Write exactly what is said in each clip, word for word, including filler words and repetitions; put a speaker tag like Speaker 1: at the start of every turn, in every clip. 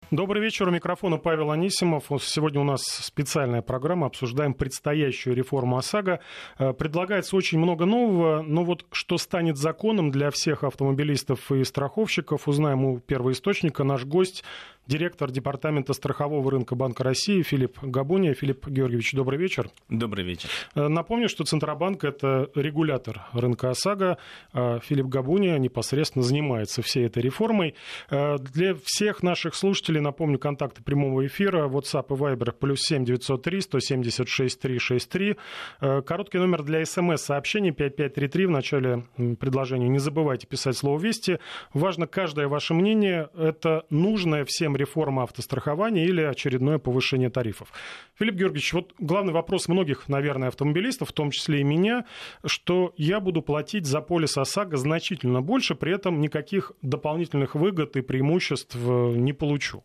Speaker 1: Добрый вечер. У микрофона Павел Анисимов. Сегодня у нас специальная программа. Обсуждаем предстоящую реформу ОСАГО. Предлагается очень много нового, но вот что станет законом для всех автомобилистов и страховщиков, узнаем у первоисточника. Наш гость, директор департамента страхового рынка Банка России Филипп Габуния. Филипп Георгиевич, добрый вечер.
Speaker 2: Добрый вечер.
Speaker 1: Напомню, что Центробанк — это регулятор рынка ОСАГО. Филипп Габуния непосредственно занимается всей этой реформой. Для всех наших слушателей напомню контакты прямого эфира. WhatsApp и Viber плюс семь девятьсот три сто семьдесят шесть триста шестьдесят три. Короткий номер для смс-сообщений пять пять три три. В начале предложения не забывайте писать слово «Вести». Важно каждое ваше мнение. Это нужная всем реформа автострахования или очередное повышение тарифов? Филипп Георгиевич, вот главный вопрос многих, наверное, автомобилистов, в том числе и меня, что я буду платить за полис ОСАГО значительно больше, при этом никаких дополнительных выгод и преимуществ не получу.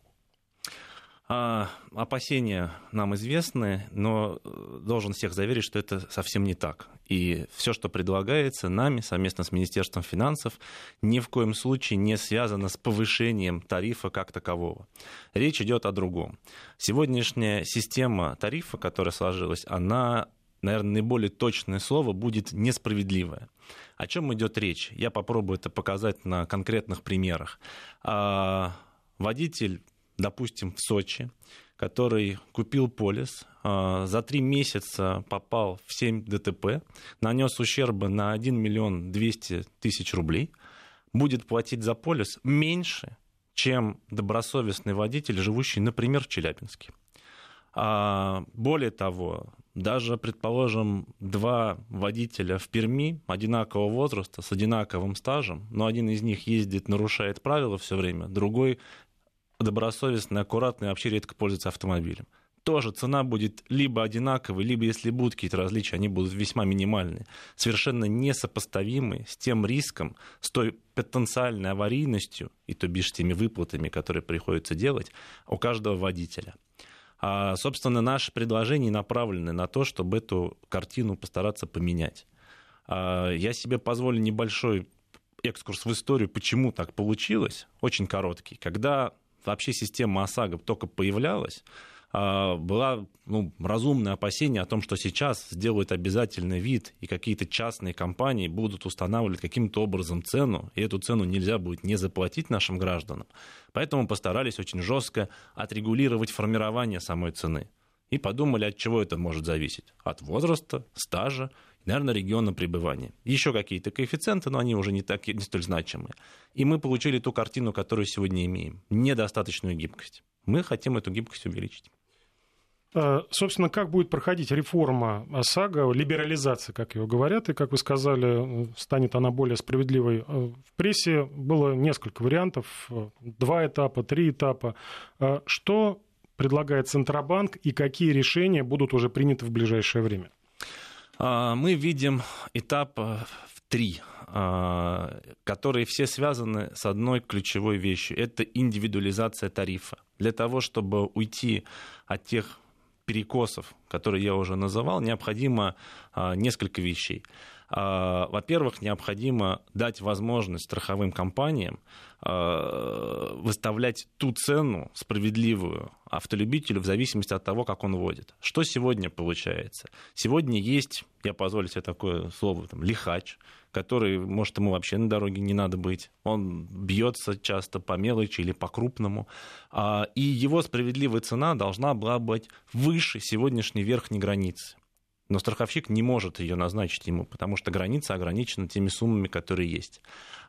Speaker 2: А, опасения нам известны, но должен всех заверить, что это совсем не так. И все, что предлагается нами совместно с Министерством финансов, ни в коем случае не связано с повышением тарифа как такового. Речь идет о другом. Сегодняшняя система тарифа, которая сложилась, она, наверное, наиболее точное слово будет несправедливая. О чем идет речь? Я попробую это показать на конкретных примерах. А, водитель, допустим, в Сочи, который купил полис, за три месяца попал в семь ДТП, нанес ущерба на один миллион двести тысяч рублей, будет платить за полис меньше, чем добросовестный водитель, живущий, например, в Челябинске. Более того, даже, предположим, два водителя в Перми одинакового возраста, с одинаковым стажем, но один из них ездит, нарушает правила все время, другой добросовестный, аккуратный, вообще редко пользуется автомобилем. Тоже цена будет либо одинаковой, либо, если будут какие-то различия, они будут весьма минимальные, совершенно несопоставимые с тем риском, с той потенциальной аварийностью, и то бишь с теми выплатами, которые приходится делать у каждого водителя. А, собственно, наши предложения направлены на то, чтобы эту картину постараться поменять. А, я себе позволю небольшой экскурс в историю, почему так получилось, очень короткий. Когда вообще система ОСАГО только появлялась, было ну, разумное опасение о том, что сейчас сделают обязательный вид, и какие-то частные компании будут устанавливать каким-то образом цену, и эту цену нельзя будет не заплатить нашим гражданам. Поэтому постарались очень жестко отрегулировать формирование самой цены. И подумали, от чего это может зависеть. От возраста, стажа, наверное, региона пребывания. Еще какие-то коэффициенты, но они уже не, так, не столь значимые. И мы получили ту картину, которую сегодня имеем. Недостаточную гибкость. Мы хотим эту гибкость увеличить.
Speaker 1: Собственно, как будет проходить реформа ОСАГО, либерализация, как ее говорят, и, как вы сказали, станет она более справедливой. В прессе было несколько вариантов, два этапа, три этапа. Что предлагает Центробанк и какие решения будут уже приняты в ближайшее время?
Speaker 2: Мы видим этап в три, которые все связаны с одной ключевой вещью. Это индивидуализация тарифа. Для того, чтобы уйти от тех перекосов, которые я уже называл, необходимо несколько вещей. Во-первых, необходимо дать возможность страховым компаниям выставлять ту цену справедливую автолюбителю в зависимости от того, как он водит. Что сегодня получается? Сегодня есть, я позволю себе такое слово, там, лихач, который, может, ему вообще на дороге не надо быть. Он бьется часто по мелочи или по крупному. И его справедливая цена должна была быть выше сегодняшней верхней границы. Но страховщик не может ее назначить ему, потому что граница ограничена теми суммами, которые есть.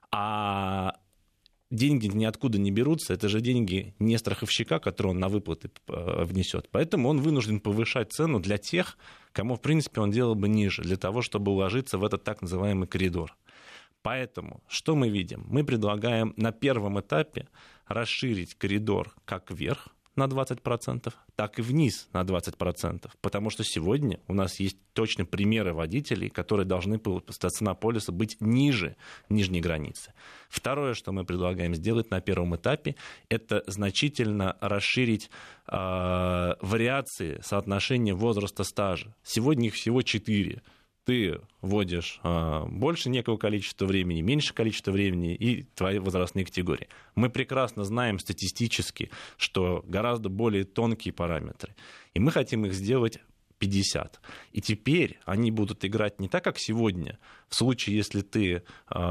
Speaker 2: А деньги ниоткуда не берутся, это же деньги не страховщика, которые он на выплаты внесет. Поэтому он вынужден повышать цену для тех, кому, в принципе, он делал бы ниже, для того, чтобы уложиться в этот так называемый коридор. Поэтому что мы видим? Мы предлагаем на первом этапе расширить коридор как вверх на двадцать процентов, так и вниз на двадцать процентов. Потому что сегодня у нас есть точно примеры водителей, которые должны по цена полиса быть ниже нижней границы. Второе, что мы предлагаем сделать на первом этапе, это значительно расширить э, вариации соотношения возраста стажа. Сегодня их всего четыре. ты вводишь э, больше некого количества времени, меньше количества времени и твои возрастные категории. Мы прекрасно знаем статистически, что гораздо более тонкие параметры, и мы хотим их сделать пятьдесят. И теперь они будут играть не так, как сегодня. В случае, если ты э,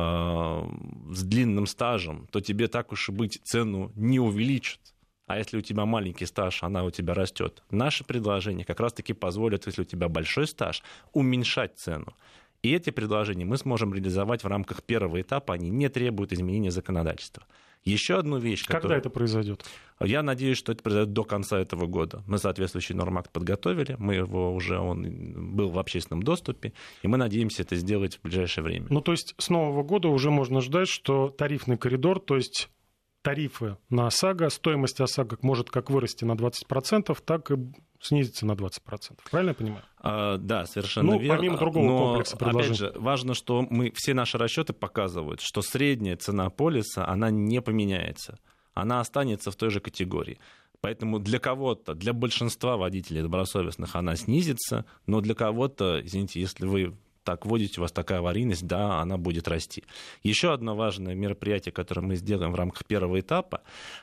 Speaker 2: с длинным стажем, то тебе так уж и быть цену не увеличат. А если у тебя маленький стаж, она у тебя растет. Наши предложения как раз-таки позволят, если у тебя большой стаж, уменьшать цену. И эти предложения мы сможем реализовать в рамках первого этапа, они не требуют изменения законодательства. Еще одну вещь,
Speaker 1: Когда
Speaker 2: которую...
Speaker 1: это произойдет?
Speaker 2: Я надеюсь, что это произойдет до конца этого года. Мы соответствующий нормакт подготовили, мы его уже, он был в общественном доступе, и мы надеемся это сделать в ближайшее время.
Speaker 1: Ну, то есть с нового года уже можно ждать, что тарифный коридор, то есть тарифы на ОСАГО, стоимость ОСАГО может как вырасти на двадцать процентов, так и снизиться на двадцать процентов. Правильно я понимаю?
Speaker 2: А, да, совершенно
Speaker 1: ну,
Speaker 2: верно.
Speaker 1: Помимо другого
Speaker 2: Но,
Speaker 1: комплекса предложений.
Speaker 2: Опять же, важно, что мы, все наши расчеты показывают, что средняя цена полиса, она не поменяется. Она останется в той же категории. Поэтому для кого-то, для большинства водителей добросовестных она снизится, но для кого-то, извините, если вы так вводите, у вас такая аварийность, да, она будет расти. Еще одно важное мероприятие, которое мы сделаем в рамках первого этапа,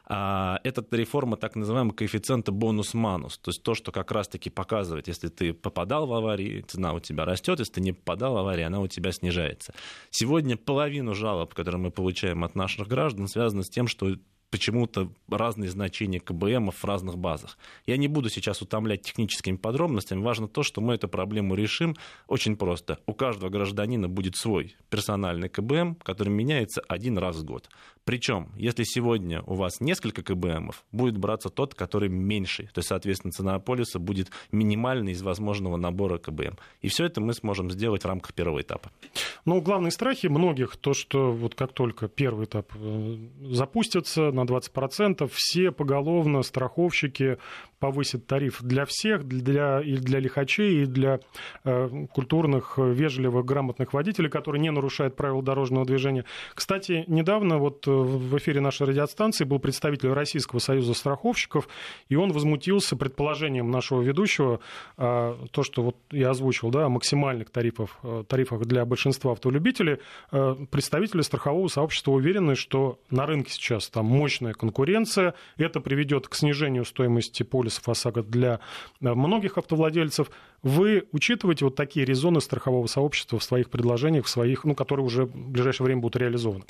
Speaker 2: это реформа так называемого коэффициента бонус-манус. То есть то, что как раз-таки показывает, если ты попадал в аварии, цена у тебя растет, если ты не попадал в аварию, она у тебя снижается. Сегодня половину жалоб, которые мы получаем от наших граждан, связаны с тем, что почему-то разные значения КБМов в разных базах. Я не буду сейчас утомлять техническими подробностями. Важно то, что мы эту проблему решим очень просто. У каждого гражданина будет свой персональный КБМ, который меняется один раз в год. Причем, если сегодня у вас несколько КБМов, будет браться тот, который меньший. То есть, соответственно, цена полиса будет минимальной из возможного набора КБМ. И все это мы сможем сделать в рамках первого этапа.
Speaker 1: Ну, главные страхи многих, то, что вот как только первый этап запустится на двадцать процентов, все поголовно страховщики повысят тариф для всех, для, и для лихачей, и для э, культурных, вежливых, грамотных водителей, которые не нарушают правила дорожного движения. Кстати, недавно вот в эфире нашей радиостанции был представитель Российского союза страховщиков, и он возмутился предположением нашего ведущего, э, то, что вот я озвучил, да, о максимальных тарифах, тарифах для большинства автолюбителей. Э, представители страхового сообщества уверены, что на рынке сейчас там мощная конкуренция, это приведет к снижению стоимости полисов ОСАГО для многих автовладельцев. Вы учитываете вот такие резоны страхового сообщества в своих предложениях, в своих, ну, которые уже в ближайшее время будут реализованы?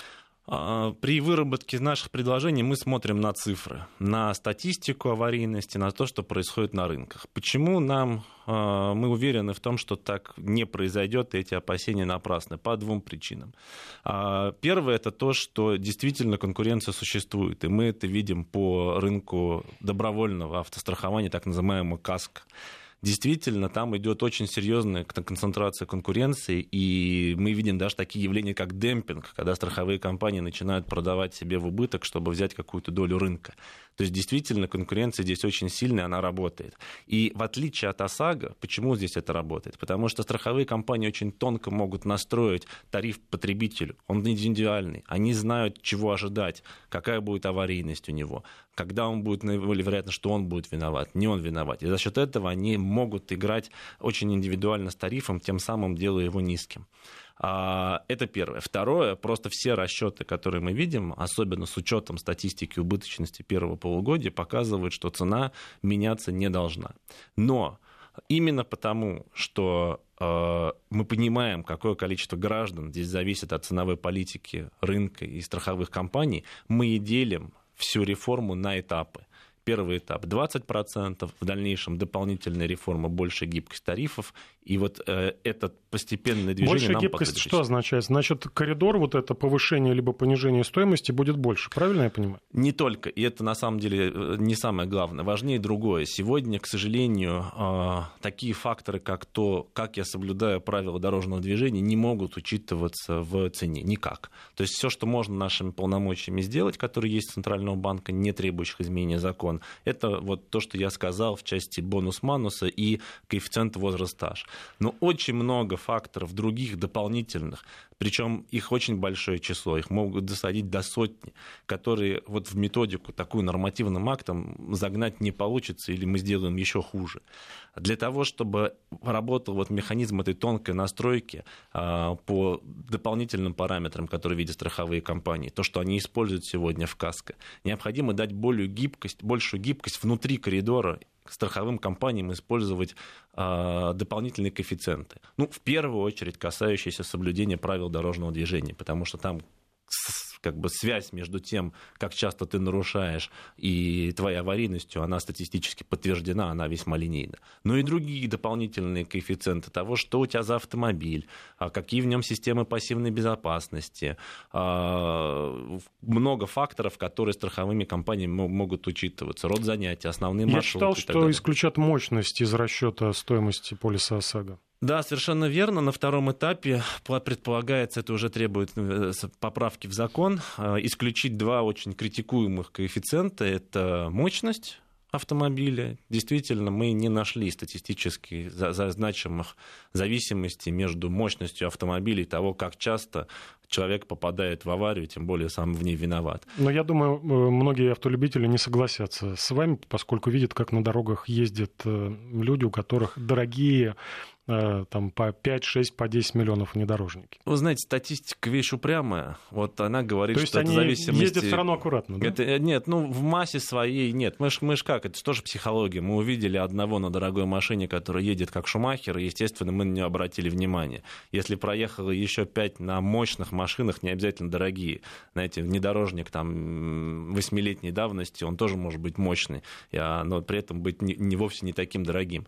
Speaker 2: При выработке наших предложений мы смотрим на цифры, на статистику аварийности, на то, что происходит на рынках. Почему нам, мы уверены в том, что так не произойдет, и эти опасения напрасны? По двум причинам. Первое — это то, что действительно конкуренция существует, и мы это видим по рынку добровольного автострахования, так называемого КАСКО. Действительно, там идет очень серьезная концентрация конкуренции, и мы видим даже такие явления, как демпинг, когда страховые компании начинают продавать себе в убыток, чтобы взять какую-то долю рынка. То есть, действительно, конкуренция здесь очень сильная, она работает. И в отличие от ОСАГО, почему здесь это работает? Потому что страховые компании очень тонко могут настроить тариф потребителю. Он индивидуальный. Они знают, чего ожидать, какая будет аварийность у него, когда он будет, наиболее вероятно, что он будет виноват, не он виноват. И за счет этого они могут играть очень индивидуально с тарифом, тем самым делая его низким. Это первое. Второе, просто все расчеты, которые мы видим, особенно с учетом статистики убыточности первого полугодия, показывают, что цена меняться не должна. Но именно потому, что мы понимаем, какое количество граждан здесь зависит от ценовой политики рынка и страховых компаний, мы и делим всю реформу на этапы. Первый этап двадцать процентов, в дальнейшем дополнительная реформа, больше гибкость тарифов. И вот э, это постепенное движение
Speaker 1: больше
Speaker 2: нам
Speaker 1: гибкость что означает? Значит, коридор, вот это повышение либо понижение стоимости будет больше, правильно я понимаю?
Speaker 2: Не только, и это на самом деле не самое главное. Важнее другое. Сегодня, к сожалению, э, такие факторы, как то, как я соблюдаю правила дорожного движения, не могут учитываться в цене никак. То есть все, что можно нашими полномочиями сделать, которые есть у Центрального банка, не требующих изменения закона, это вот то, что я сказал в части бонус-мануса и коэффициент возраст-стаж. Но очень много факторов других дополнительных. Причем их очень большое число, их могут досадить до сотни, которые вот в методику такую нормативным актом загнать не получится, или мы сделаем еще хуже. Для того, чтобы работал вот механизм этой тонкой настройки а, по дополнительным параметрам, которые видят страховые компании, то, что они используют сегодня в КАСКО, необходимо дать более гибкость, большую гибкость внутри коридора страховым компаниям использовать а, дополнительные коэффициенты. Ну, в первую очередь, касающиеся соблюдения правил дорожного движения, потому что там как бы связь между тем, как часто ты нарушаешь, и твоей аварийностью, она статистически подтверждена, она весьма линейна. Но и другие дополнительные коэффициенты того, что у тебя за автомобиль, какие в нем системы пассивной безопасности, много факторов, которые страховыми компаниями могут учитываться, род занятий, основные маршруты.
Speaker 1: Я читал, что исключат мощность из расчета стоимости полиса ОСАГО.
Speaker 2: Да, совершенно верно. На втором этапе предполагается, это уже требует поправки в закон, исключить два очень критикуемых коэффициента. Это мощность автомобиля. Действительно, мы не нашли статистически значимых зависимостей между мощностью автомобиля и того, как часто человек попадает в аварию, тем более сам в ней виноват.
Speaker 1: Но я думаю, многие автолюбители не согласятся с вами, поскольку видят, как на дорогах ездят люди, у которых дорогие там, по пять, шесть, по десять миллионов внедорожники.
Speaker 2: Вы знаете, статистика вещь упрямая. Вот она говорит,
Speaker 1: то
Speaker 2: что
Speaker 1: есть
Speaker 2: это зависимость...
Speaker 1: они ездят все равно аккуратно, да?
Speaker 2: Это, нет, ну, в массе своей нет. Мы ж, мы ж как, это же тоже психология. Мы увидели одного на дорогой машине, который едет как Шумахер, и, естественно, мы на него обратили внимание. Если проехало еще пять на мощных машинах, не обязательно дорогие, знаете, внедорожник там восьмилетней давности, он тоже может быть мощный, но при этом быть не, не вовсе не таким дорогим.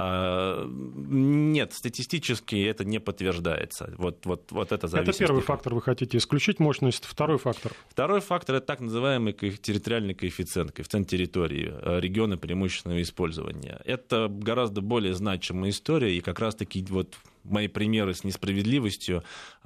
Speaker 2: Нет, статистически это не подтверждается. Вот, вот, вот это зависит.
Speaker 1: Это первый фактор, вы хотите исключить мощность. Второй фактор?
Speaker 2: Второй фактор – это так называемый территориальный коэффициент, коэффициент территории, региона преимущественного использования. Это гораздо более значимая история, и как раз-таки вот мои примеры с несправедливостью,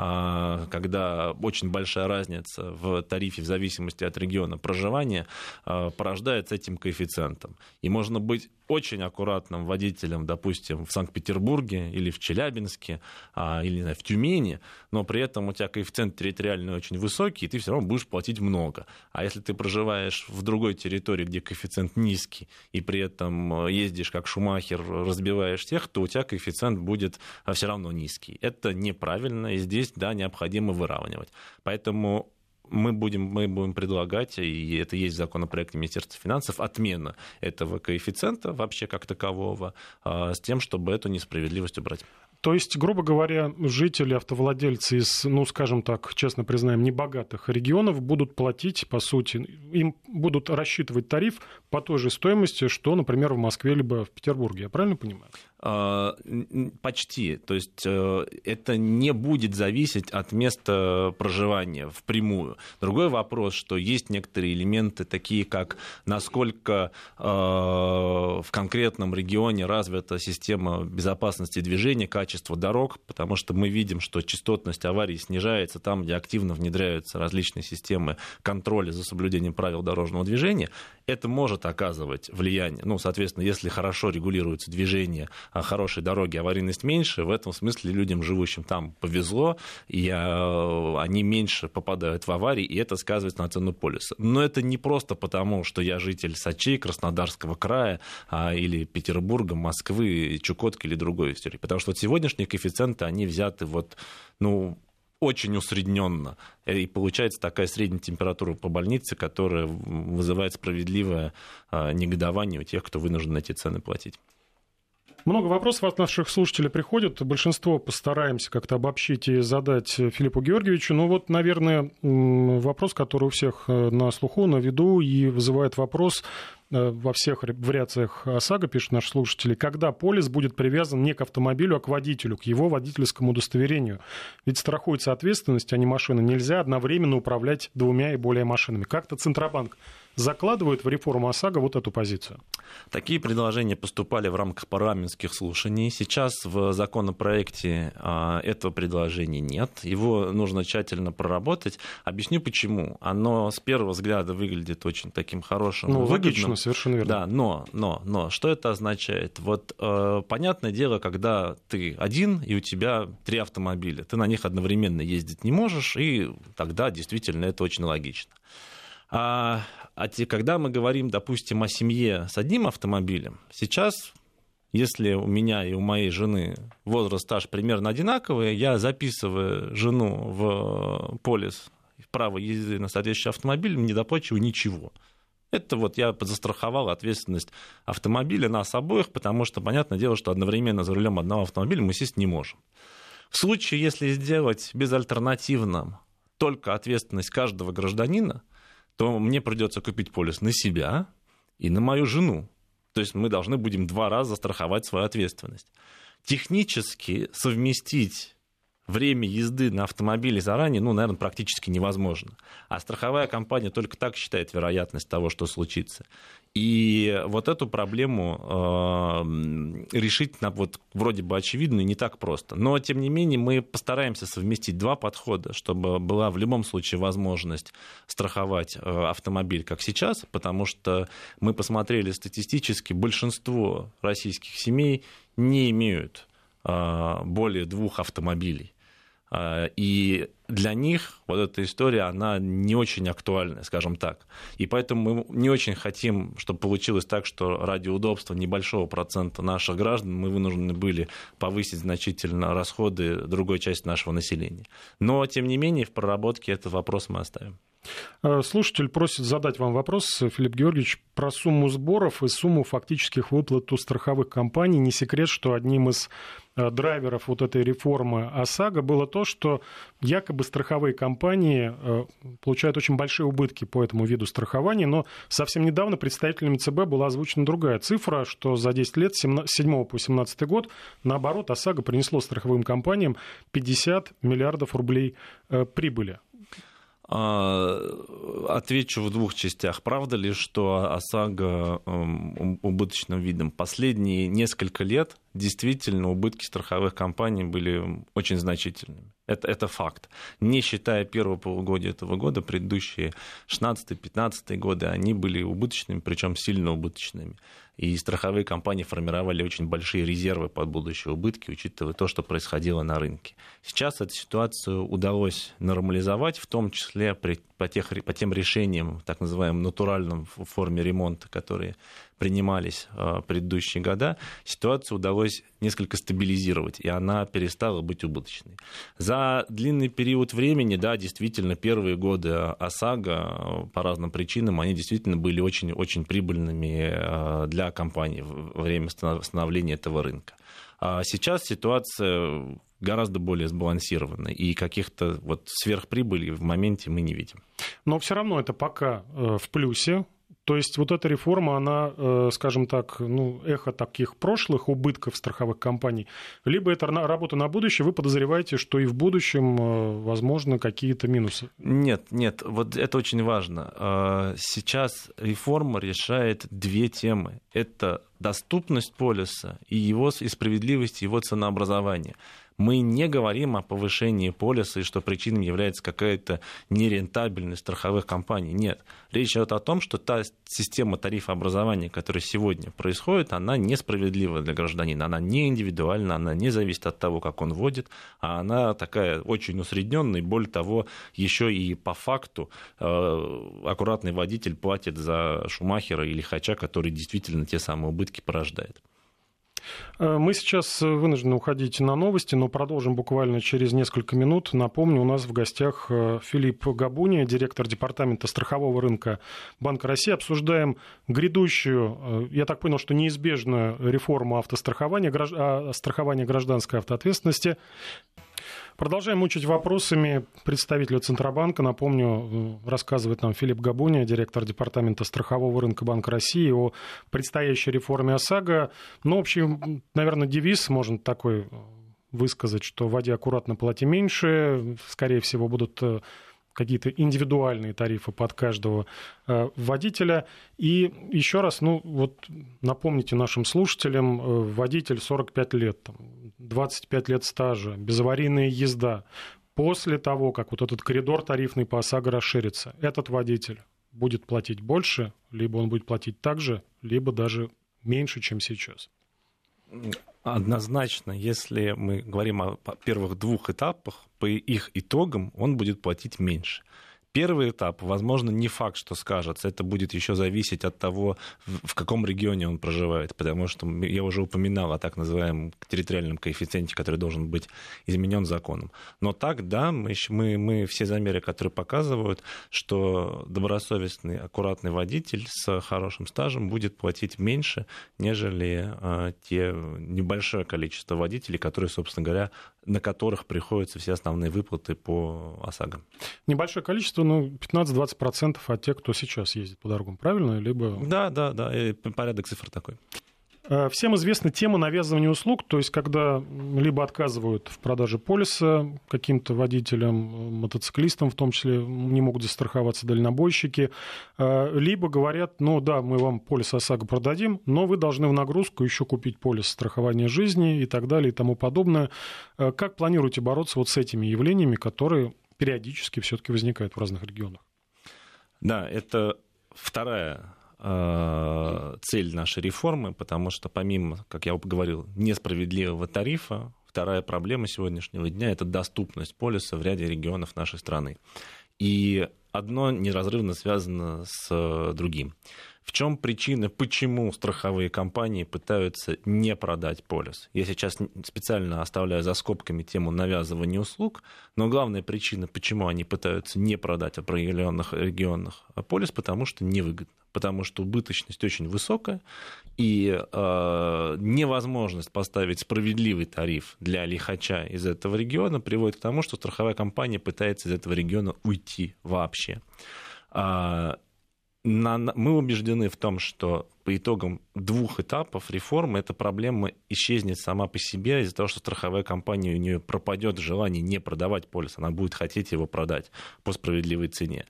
Speaker 2: когда очень большая разница в тарифе в зависимости от региона проживания, порождается этим коэффициентом. И можно быть очень аккуратным водителем, допустим, в Санкт-Петербурге или в Челябинске, или не знаю, в Тюмени, но при этом у тебя коэффициент территориальный очень высокий, и ты все равно будешь платить много. А если ты проживаешь в другой территории, где коэффициент низкий, и при этом ездишь как Шумахер, разбиваешь всех, то у тебя коэффициент будет все равно низкий. Это неправильно, и здесь, да, необходимо выравнивать. Поэтому мы будем, мы будем предлагать, и это есть в законопроекте Министерства финансов, отмена этого коэффициента вообще как такового, с тем, чтобы эту несправедливость убрать.
Speaker 1: То есть, грубо говоря, жители, автовладельцы из, ну, скажем так, честно признаем, небогатых регионов будут платить, по сути, им будут рассчитывать тариф по той же стоимости, что, например, в Москве либо в Петербурге. Я правильно понимаю?
Speaker 2: Почти. То есть это не будет зависеть от места проживания впрямую. Другой вопрос, что есть некоторые элементы, такие как насколько в конкретном регионе развита система безопасности движения, качество дорог, потому что мы видим, что частотность аварий снижается там, где активно внедряются различные системы контроля за соблюдением правил дорожного движения. Это может оказывать влияние. Ну, соответственно, если хорошо регулируется движение, хорошие дороги, аварийность меньше, в этом смысле людям, живущим там, повезло, и они меньше попадают в аварии, и это сказывается на цену полиса. Но это не просто потому, что я житель Сочи, Краснодарского края, или Петербурга, Москвы, Чукотки или другой истории. Потому что вот сегодняшние коэффициенты, они взяты вот, ну, очень усредненно. И получается такая средняя температура по больнице, которая вызывает справедливое негодование у тех, кто вынужден эти цены платить.
Speaker 1: Много вопросов от наших слушателей приходит. Большинство постараемся как-то обобщить и задать Филиппу Георгиевичу. Ну вот, наверное, вопрос, который у всех на слуху, на виду и вызывает вопрос во всех вариациях ОСАГО, пишут наши слушатели, когда полис будет привязан не к автомобилю, а к водителю, к его водительскому удостоверению. Ведь страхуется ответственность, а не машина. Нельзя одновременно управлять двумя и более машинами. Как-то Центробанк закладывает в реформу ОСАГО вот эту позицию?
Speaker 2: Такие предложения поступали в рамках парламентского парламентских слушаний. Сейчас в законопроекте этого предложения нет. Его нужно тщательно проработать. Объясню почему. Оно с первого взгляда выглядит очень таким хорошим.
Speaker 1: Ну,
Speaker 2: выгодным.
Speaker 1: логично, совершенно верно.
Speaker 2: Да, но, но, но, что это означает? Вот э, понятное дело, когда ты один, и у тебя три автомобиля, ты на них одновременно ездить не можешь, и тогда действительно это очень логично. А, а те, когда мы говорим, допустим, о семье с одним автомобилем, сейчас, если у меня и у моей жены возраст, стаж примерно одинаковый, я записываю жену в полис право езды на соответствующий автомобиль, не доплачиваю ничего. Это вот я застраховал ответственность автомобиля нас обоих, потому что, понятное дело, что одновременно за рулем одного автомобиля мы сесть не можем. В случае, если сделать безальтернативным только ответственность каждого гражданина, то мне придется купить полис на себя и на мою жену. То есть мы должны будем два раза застраховать свою ответственность. Технически совместить время езды на автомобиле заранее, ну, наверное, практически невозможно. А страховая компания только так считает вероятность того, что случится. И вот эту проблему э, решить вот, вроде бы очевидно и не так просто. Но, тем не менее, мы постараемся совместить два подхода, чтобы была в любом случае возможность страховать э, автомобиль, как сейчас, потому что мы посмотрели статистически, большинство российских семей не имеют э, более двух автомобилей. И для них вот эта история, она не очень актуальна, скажем так. И поэтому мы не очень хотим, чтобы получилось так, что ради удобства небольшого процента наших граждан мы вынуждены были повысить значительно расходы другой части нашего населения. Но, тем не менее, в проработке этот вопрос мы оставим.
Speaker 1: Слушатель просит задать вам вопрос, Филипп Георгиевич, про сумму сборов и сумму фактических выплат у страховых компаний. Не секрет, что одним из драйверов вот этой реформы ОСАГО было то, что якобы страховые компании получают очень большие убытки по этому виду страхования, но совсем недавно представителями ЦБ была озвучена другая цифра, что за десять лет, с седьмого по семнадцатый год, наоборот, ОСАГО принесло страховым компаниям пятьдесят миллиардов рублей прибыли.
Speaker 2: Отвечу в двух частях. Правда ли, что ОСАГО убыточным видом? Последние несколько лет действительно убытки страховых компаний были очень значительными. Это, это факт. Не считая первого полугодия этого года, предыдущие шестнадцатый-пятнадцатый годы, они были убыточными, причем сильно убыточными. И страховые компании формировали очень большие резервы под будущие убытки, учитывая то, что происходило на рынке. Сейчас эту ситуацию удалось нормализовать, в том числе при, по, тех, по тем решениям, так называемым натуральным в форме ремонта, которые принимались в предыдущие года, ситуацию удалось несколько стабилизировать, и она перестала быть убыточной. За длинный период времени, да, действительно, первые годы ОСАГО по разным причинам, они действительно были очень, очень прибыльными для компаний во время становления этого рынка. А сейчас ситуация гораздо более сбалансирована, и каких-то вот сверхприбылей в моменте мы не видим.
Speaker 1: Но все равно это пока в плюсе. То есть вот эта реформа, она, скажем так, ну, эхо таких прошлых убытков страховых компаний, либо это работа на будущее, вы подозреваете, что и в будущем, возможно, какие-то минусы?
Speaker 2: Нет, нет, вот это очень важно. Сейчас реформа решает две темы. Это доступность полиса и, его, и справедливость его ценообразования. Мы не говорим о повышении полиса и что причиной является какая-то нерентабельность страховых компаний. Нет. Речь идет о том, что та система тарифообразования, которая сегодня происходит, она несправедлива для гражданина. Она не индивидуальна, она не зависит от того, как он водит, а она такая очень усредненная. И более того, еще и по факту э, аккуратный водитель платит за Шумахера или Лихача, который действительно те самые убытки порождает.
Speaker 1: Мы сейчас вынуждены уходить на новости, но продолжим буквально через несколько минут. Напомню, у нас в гостях Филипп Габуния, директор департамента страхового рынка Банка России. Обсуждаем грядущую, я так понял, что неизбежную реформу автострахования, страхования гражданской автоответственности. Продолжаем мучить вопросами представителя Центробанка. Напомню, рассказывает нам Филипп Габуния, директор департамента страхового рынка Банка России, о предстоящей реформе ОСАГО. Ну, общий, наверное, девиз можно такой высказать, что «вводи аккуратно, плати меньше». Скорее всего, будут какие-то индивидуальные тарифы под каждого э, водителя. И еще раз, ну вот напомните нашим слушателям, э, водитель сорок пять лет, там, двадцать пять лет стажа, безаварийная езда. После того, как вот этот коридор тарифный по ОСАГО расширится, этот водитель будет платить больше, либо он будет платить так же, либо даже меньше, чем сейчас.
Speaker 2: Однозначно, если мы говорим о первых двух этапах, по их итогам он будет платить меньше. Первый этап, возможно, не факт, что скажется. Это будет еще зависеть от того, в каком регионе он проживает. Потому что я уже упоминал о так называемом территориальном коэффициенте, который должен быть изменен законом. Но так, да, мы, мы, мы все замеры, которые показывают, что добросовестный, аккуратный водитель с хорошим стажем будет платить меньше, нежели э, те небольшое количество водителей, которые, собственно говоря, на которых приходятся все основные выплаты по ОСАГО.
Speaker 1: Небольшое количество, ну, пятнадцать-двадцать процентов от тех, кто сейчас ездит по дорогам, правильно? Либо...
Speaker 2: Да, да, да, и порядок цифр такой.
Speaker 1: Всем известна тема навязывания услуг, то есть когда либо отказывают в продаже полиса каким-то водителям, мотоциклистам, в том числе не могут застраховаться дальнобойщики, либо говорят, ну да, мы вам полис ОСАГО продадим, но вы должны в нагрузку еще купить полис страхования жизни и так далее и тому подобное. Как планируете бороться вот с этими явлениями, которые периодически все-таки возникают в разных регионах?
Speaker 2: Да, это вторая цель нашей реформы, потому что помимо, как я говорил, несправедливого тарифа, вторая проблема сегодняшнего дня – это доступность полиса в ряде регионов нашей страны. И одно неразрывно связано с другим. В чем причина, почему страховые компании пытаются не продать полис? Я сейчас специально оставляю за скобками тему навязывания услуг, но главная причина, почему они пытаются не продать в определенных регионах полис, потому что невыгодно. Потому что убыточность очень высокая, и э, невозможность поставить справедливый тариф для лихача из этого региона приводит к тому, что страховая компания пытается из этого региона уйти вообще. А, на, мы убеждены в том, что по итогам двух этапов реформы эта проблема исчезнет сама по себе из-за того, что страховая компания, у нее пропадет желание не продавать полис, она будет хотеть его продать по справедливой цене.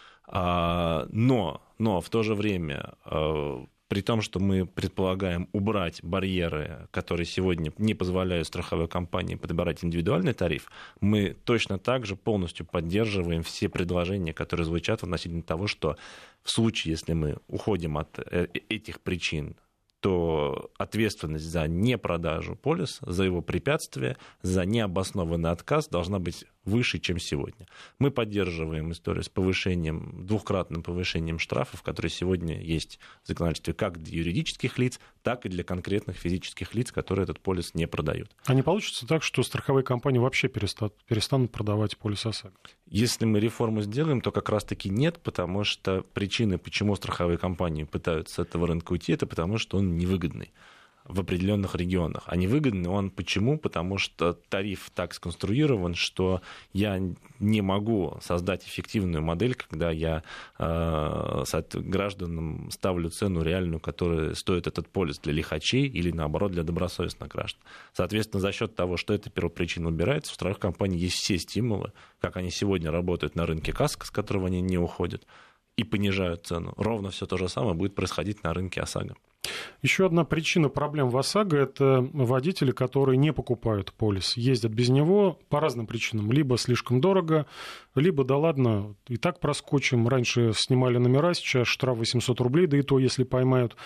Speaker 2: Но, но в то же время, при том, что мы предполагаем убрать барьеры, которые сегодня не позволяют страховой компании подбирать индивидуальный тариф, мы точно так же полностью поддерживаем все предложения, которые звучат относительно того, что в случае, если мы уходим от этих причин, то ответственность за непродажу полиса, за его препятствие, за необоснованный отказ должна быть выше, чем сегодня. Мы поддерживаем историю с повышением, двухкратным повышением штрафов, которые сегодня есть в законодательстве как для юридических лиц, так и для конкретных физических лиц, которые этот полис не продают.
Speaker 1: А не получится так, что страховые компании вообще перестанут, перестанут продавать полис ОСАГО?
Speaker 2: Если мы реформу сделаем, то как раз-таки нет, потому что причины, почему страховые компании пытаются с этого рынка уйти, это потому что он невыгодный в определенных регионах. А невыгодный он почему? Потому что тариф так сконструирован, что я не могу создать эффективную модель, когда я э, гражданам ставлю цену реальную, которая стоит этот полис для лихачей или, наоборот, для добросовестных граждан. Соответственно, за счет того, что эта первопричина убирается, у страховых компаний есть все стимулы, как они сегодня работают на рынке каско, с которого они не уходят, и понижают цену. Ровно все то же самое будет происходить на рынке ОСАГО.
Speaker 1: Еще одна причина проблем в ОСАГО – это водители, которые не покупают полис, ездят без него по разным причинам. Либо слишком дорого, либо, да ладно, и так проскочим. Раньше снимали номера, сейчас штраф восемьсот рублей, да и то, если поймают.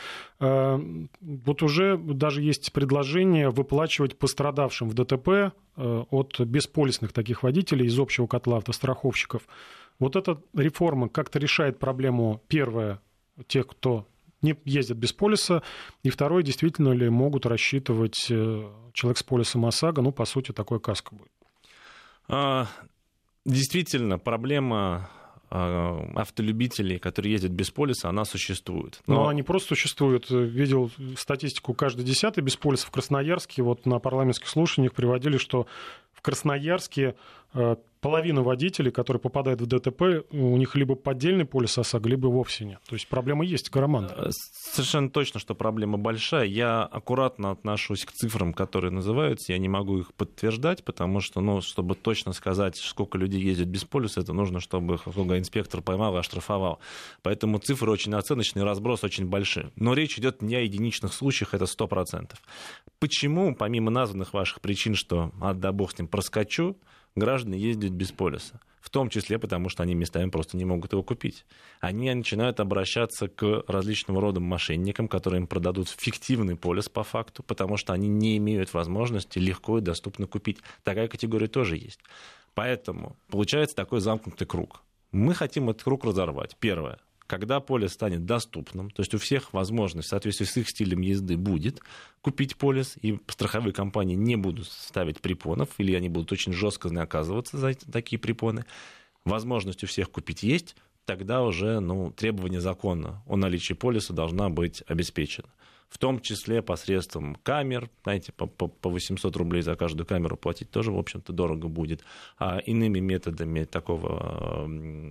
Speaker 1: Вот уже даже есть предложение выплачивать пострадавшим в ДТП от бесполисных таких водителей из общего котла автостраховщиков. Вот эта реформа как-то решает проблему, первое, тех, кто не ездят без полиса, и второе, действительно ли могут рассчитывать человек с полисом ОСАГО, ну, по сути, такое каско будет.
Speaker 2: А, действительно, проблема автолюбителей, которые ездят без полиса, она существует.
Speaker 1: Но, Но она не просто существует. Видел статистику, каждый десятый без полиса в Красноярске. Вот на парламентских слушаниях приводили, что в Красноярске половина водителей, которые попадают в ДТП, у них либо поддельный полис ОСАГО, либо вовсе нет. То есть проблема есть, Гараманда.
Speaker 2: Совершенно точно, что проблема большая. Я аккуратно отношусь к цифрам, которые называются. Я не могу их подтверждать, потому что, ну, чтобы точно сказать, сколько людей ездит без полиса, это нужно, чтобы инспектор поймал и оштрафовал. Поэтому цифры очень оценочные, разброс очень большой. Но речь идет не о единичных случаях, это сто процентов. Почему, помимо названных ваших причин, что, а да бог с ним, проскочу, граждане ездят без полиса? В том числе потому, что они местами просто не могут его купить. Они начинают обращаться к различного рода мошенникам, которые им продадут фиктивный полис по факту, потому что они не имеют возможности легко и доступно купить. Такая категория тоже есть. Поэтому получается такой замкнутый круг. Мы хотим этот круг разорвать. Первое. Когда полис станет доступным, то есть у всех возможность в соответствии с их стилем езды будет купить полис, и страховые компании не будут ставить препонов, или они будут очень жестко наказываться за такие препоны, возможность у всех купить есть, тогда уже, ну, требование закона о наличии полиса должна быть обеспечена. В том числе посредством камер, знаете, по, по, по восемьсот рублей за каждую камеру платить тоже, в общем-то, дорого будет. А иными методами такого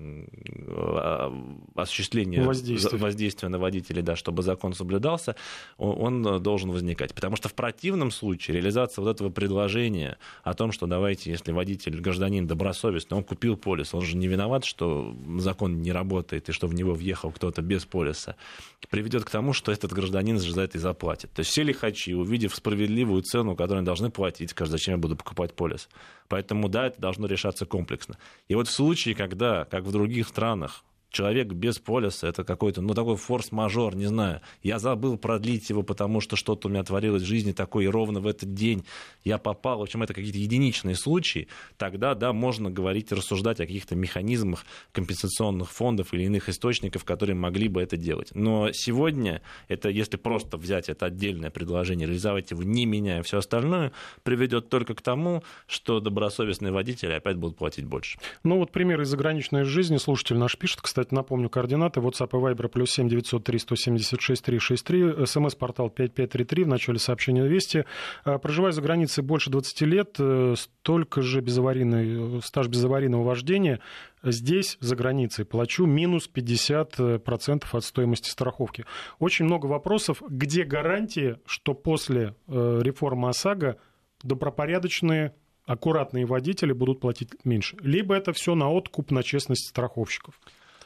Speaker 2: осуществления воздействия, воздействия на водителей, да, чтобы закон соблюдался, он, он должен возникать. Потому что в противном случае реализация вот этого предложения о том, что давайте, если водитель, гражданин добросовестный, он купил полис, он же не виноват, что закон не работает и что в него въехал кто-то без полиса, приведет к тому, что этот гражданин же за это и заплатит. То есть все лихачи, увидев справедливую цену, которую они должны платить, скажут, зачем я буду покупать полис. Поэтому, да, это должно решаться комплексно. И вот в случае, когда, как в других странах, человек без полиса, это какой-то, ну, такой форс-мажор, не знаю. Я забыл продлить его, потому что что-то у меня творилось в жизни такое, и ровно в этот день я попал. В общем, это какие-то единичные случаи. Тогда, да, можно говорить и рассуждать о каких-то механизмах компенсационных фондов или иных источников, которые могли бы это делать. Но сегодня, это, если просто взять это отдельное предложение, реализовать его, не меняя все остальное, приведет только к тому, что добросовестные водители опять будут платить больше.
Speaker 1: Ну, вот пример из заграничной жизни. Слушатель наш пишет, кстати, Кстати, напомню, координаты WhatsApp и Viber плюс семь девятьсот три сто семьдесят шесть триста шестьдесят три, смс-портал пять пять три три, в начале сообщения Вести. Проживаю за границей больше двадцати лет, столько же безаварийный, стаж безаварийного вождения. Здесь, за границей, плачу минус пятьдесят процентов от стоимости страховки. Очень много вопросов, где гарантия, что после реформы ОСАГО добропорядочные, аккуратные водители будут платить меньше? Либо это все на откуп, на честность страховщиков?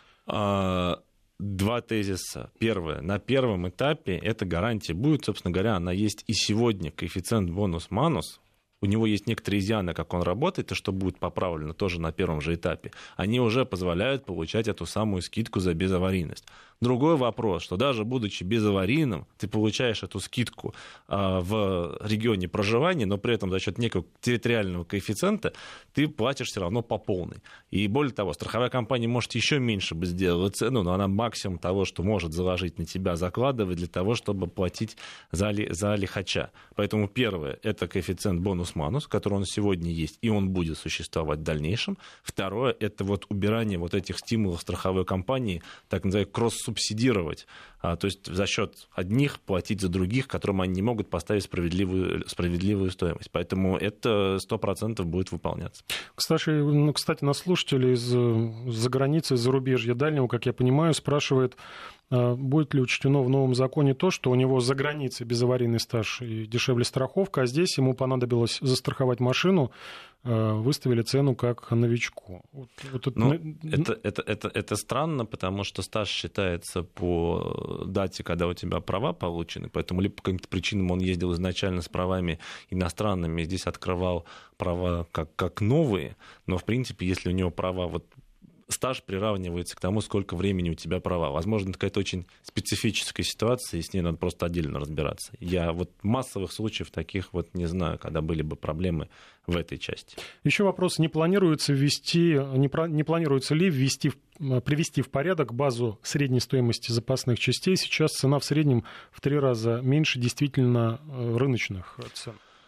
Speaker 2: Два тезиса. Первое. На первом этапе эта гарантия будет, собственно говоря, она есть и сегодня. Коэффициент бонус-манус, у него есть некоторые изъяны, как он работает, и что будет поправлено тоже на первом же этапе. Они уже позволяют получать эту самую скидку за безаварийность. Другой вопрос, что даже будучи безаварийным, ты получаешь эту скидку а, в регионе проживания, но при этом за счет некого территориального коэффициента ты платишь все равно по полной. И более того, страховая компания может еще меньше бы сделала цену, но она максимум того, что может заложить на тебя, закладывает для того, чтобы платить за, ли, за лихача. Поэтому первое, это коэффициент бонус-манус, который он сегодня есть, и он будет существовать в дальнейшем. Второе, это вот убирание вот этих стимулов страховой компании, так называемый кросс субсидировать, а, то есть за счет одних платить за других, которым они не могут поставить справедливую, справедливую стоимость. Поэтому это сто процентов будет выполняться.
Speaker 1: Кстати, ну, кстати, нас слушатели из-за границы, из зарубежья дальнего, как я понимаю, спрашивают, будет ли учтено в новом законе то, что у него за границей безаварийный стаж и дешевле страховка, а здесь ему понадобилось застраховать машину, выставили цену как новичку. Вот, вот это...
Speaker 2: Ну, это, это, это, это странно, потому что стаж считается по дате, когда у тебя права получены, поэтому либо по каким-то причинам он ездил изначально с правами иностранными, здесь открывал права как, как новые, но, в принципе, если у него права вот стаж приравнивается к тому, сколько времени у тебя права. Возможно, это какая-то очень специфическая ситуация, и с ней надо просто отдельно разбираться. Я вот массовых случаев таких вот не знаю, когда были бы проблемы в этой части.
Speaker 1: Еще вопрос, не планируется ввести, не, про, не планируется ли ввести, привести в порядок базу средней стоимости запасных частей? Сейчас цена в среднем в три раза меньше действительно рыночных цен.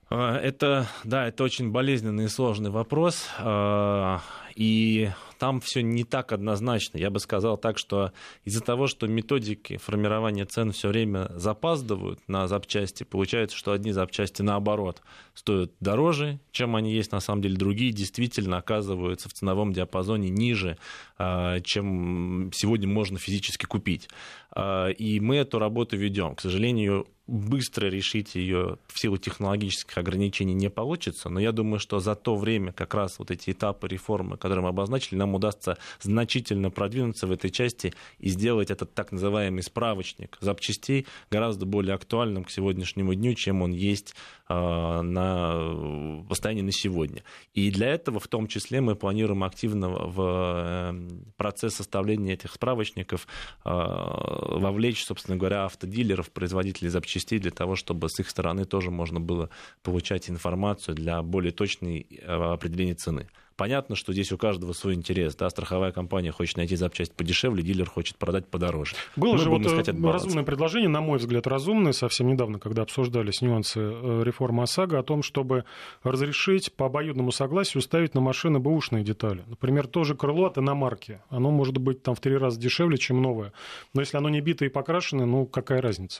Speaker 2: Это, да, это очень болезненный и сложный вопрос, и там все не так однозначно. Я бы сказал так, что из-за того, что методики формирования цен все время запаздывают на запчасти, получается, что одни запчасти, наоборот, стоят дороже, чем они есть на самом деле. Другие действительно оказываются в ценовом диапазоне ниже, чем сегодня можно физически купить. И мы эту работу ведем. К сожалению, быстро решить ее в силу технологических ограничений не получится, но я думаю, что за то время как раз вот эти этапы реформы, которые мы обозначили, нам удастся значительно продвинуться в этой части и сделать этот так называемый справочник запчастей гораздо более актуальным к сегодняшнему дню, чем он есть на состоянии на сегодня. И для этого в том числе мы планируем активно в процесс составления этих справочников вовлечь, собственно говоря, автодилеров, производителей запчастей, для того, чтобы с их стороны тоже можно было получать информацию для более точной определения цены. Понятно, что здесь у каждого свой интерес. Да? Страховая компания хочет найти запчасть подешевле, дилер хочет продать подороже.
Speaker 1: Было Мы же вот разумное предложение, на мой взгляд, разумное, совсем недавно, когда обсуждались нюансы реформы ОСАГО, о том, чтобы разрешить по обоюдному согласию ставить на машины бэушные детали. Например, тоже крыло от иномарки. Оно может быть там в три раза дешевле, чем новое. Но если оно не битое и покрашенное, ну какая разница?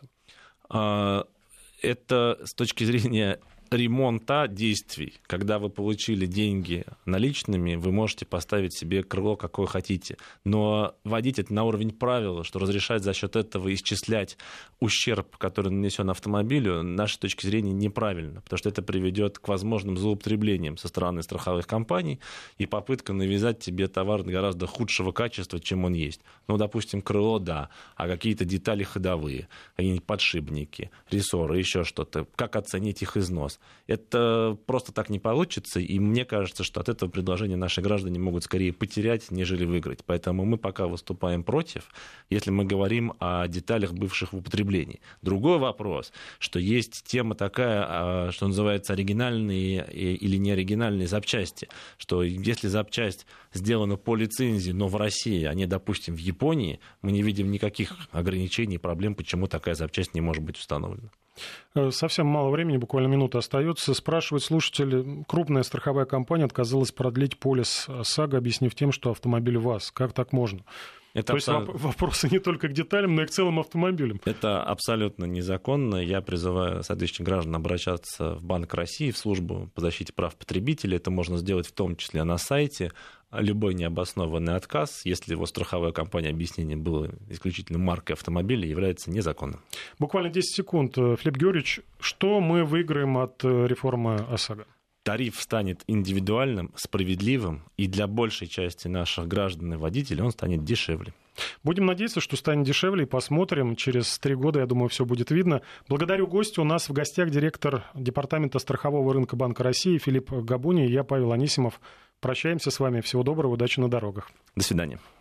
Speaker 2: Это с точки зрения ремонта действий. Когда вы получили деньги наличными, вы можете поставить себе крыло, какое хотите. Но вводить это на уровень правила, что разрешать за счет этого исчислять ущерб, который нанесен автомобилю, с нашей точки зрения неправильно, потому что это приведет к возможным злоупотреблениям со стороны страховых компаний и попытка навязать тебе товар гораздо худшего качества, чем он есть. Ну, допустим, крыло, да, а какие-то детали ходовые, какие-нибудь подшипники, рессоры, еще что-то. Как оценить их износ? Это просто так не получится, и мне кажется, что от этого предложения наши граждане могут скорее потерять, нежели выиграть. Поэтому мы пока выступаем против, если мы говорим о деталях, бывших в употреблении. Другой вопрос, что есть тема такая, что называется оригинальные или неоригинальные запчасти, что если запчасть сделана по лицензии, но в России, а не, допустим, в Японии, мы не видим никаких ограничений, проблем, почему такая запчасть не может быть установлена.
Speaker 1: Совсем мало времени, буквально минута остается. Спрашивает слушатель, крупная страховая компания отказалась продлить полис ОСАГО, объяснив тем, что автомобиль ВАЗ. Как так можно? Это То абсолютно... есть вопросы не только к деталям, но и к целым автомобилям.
Speaker 2: Это абсолютно незаконно. Я призываю соответствующих граждан обращаться в Банк России, в службу по защите прав потребителей. Это можно сделать в том числе на сайте. Любой необоснованный отказ, если его страховая компания объяснение было исключительно маркой автомобиля, является незаконным.
Speaker 1: Буквально десять секунд. Филипп Георгиевич, что мы выиграем от реформы ОСАГО?
Speaker 2: Тариф станет индивидуальным, справедливым, и для большей части наших граждан и водителей он станет дешевле.
Speaker 1: Будем надеяться, что станет дешевле, и посмотрим. Через три года, я думаю, все будет видно. Благодарю гостя. У нас в гостях директор Департамента страхового рынка Банка России Филипп Габуни и я, Павел Анисимов. Прощаемся с вами. Всего доброго, удачи на дорогах.
Speaker 2: До свидания.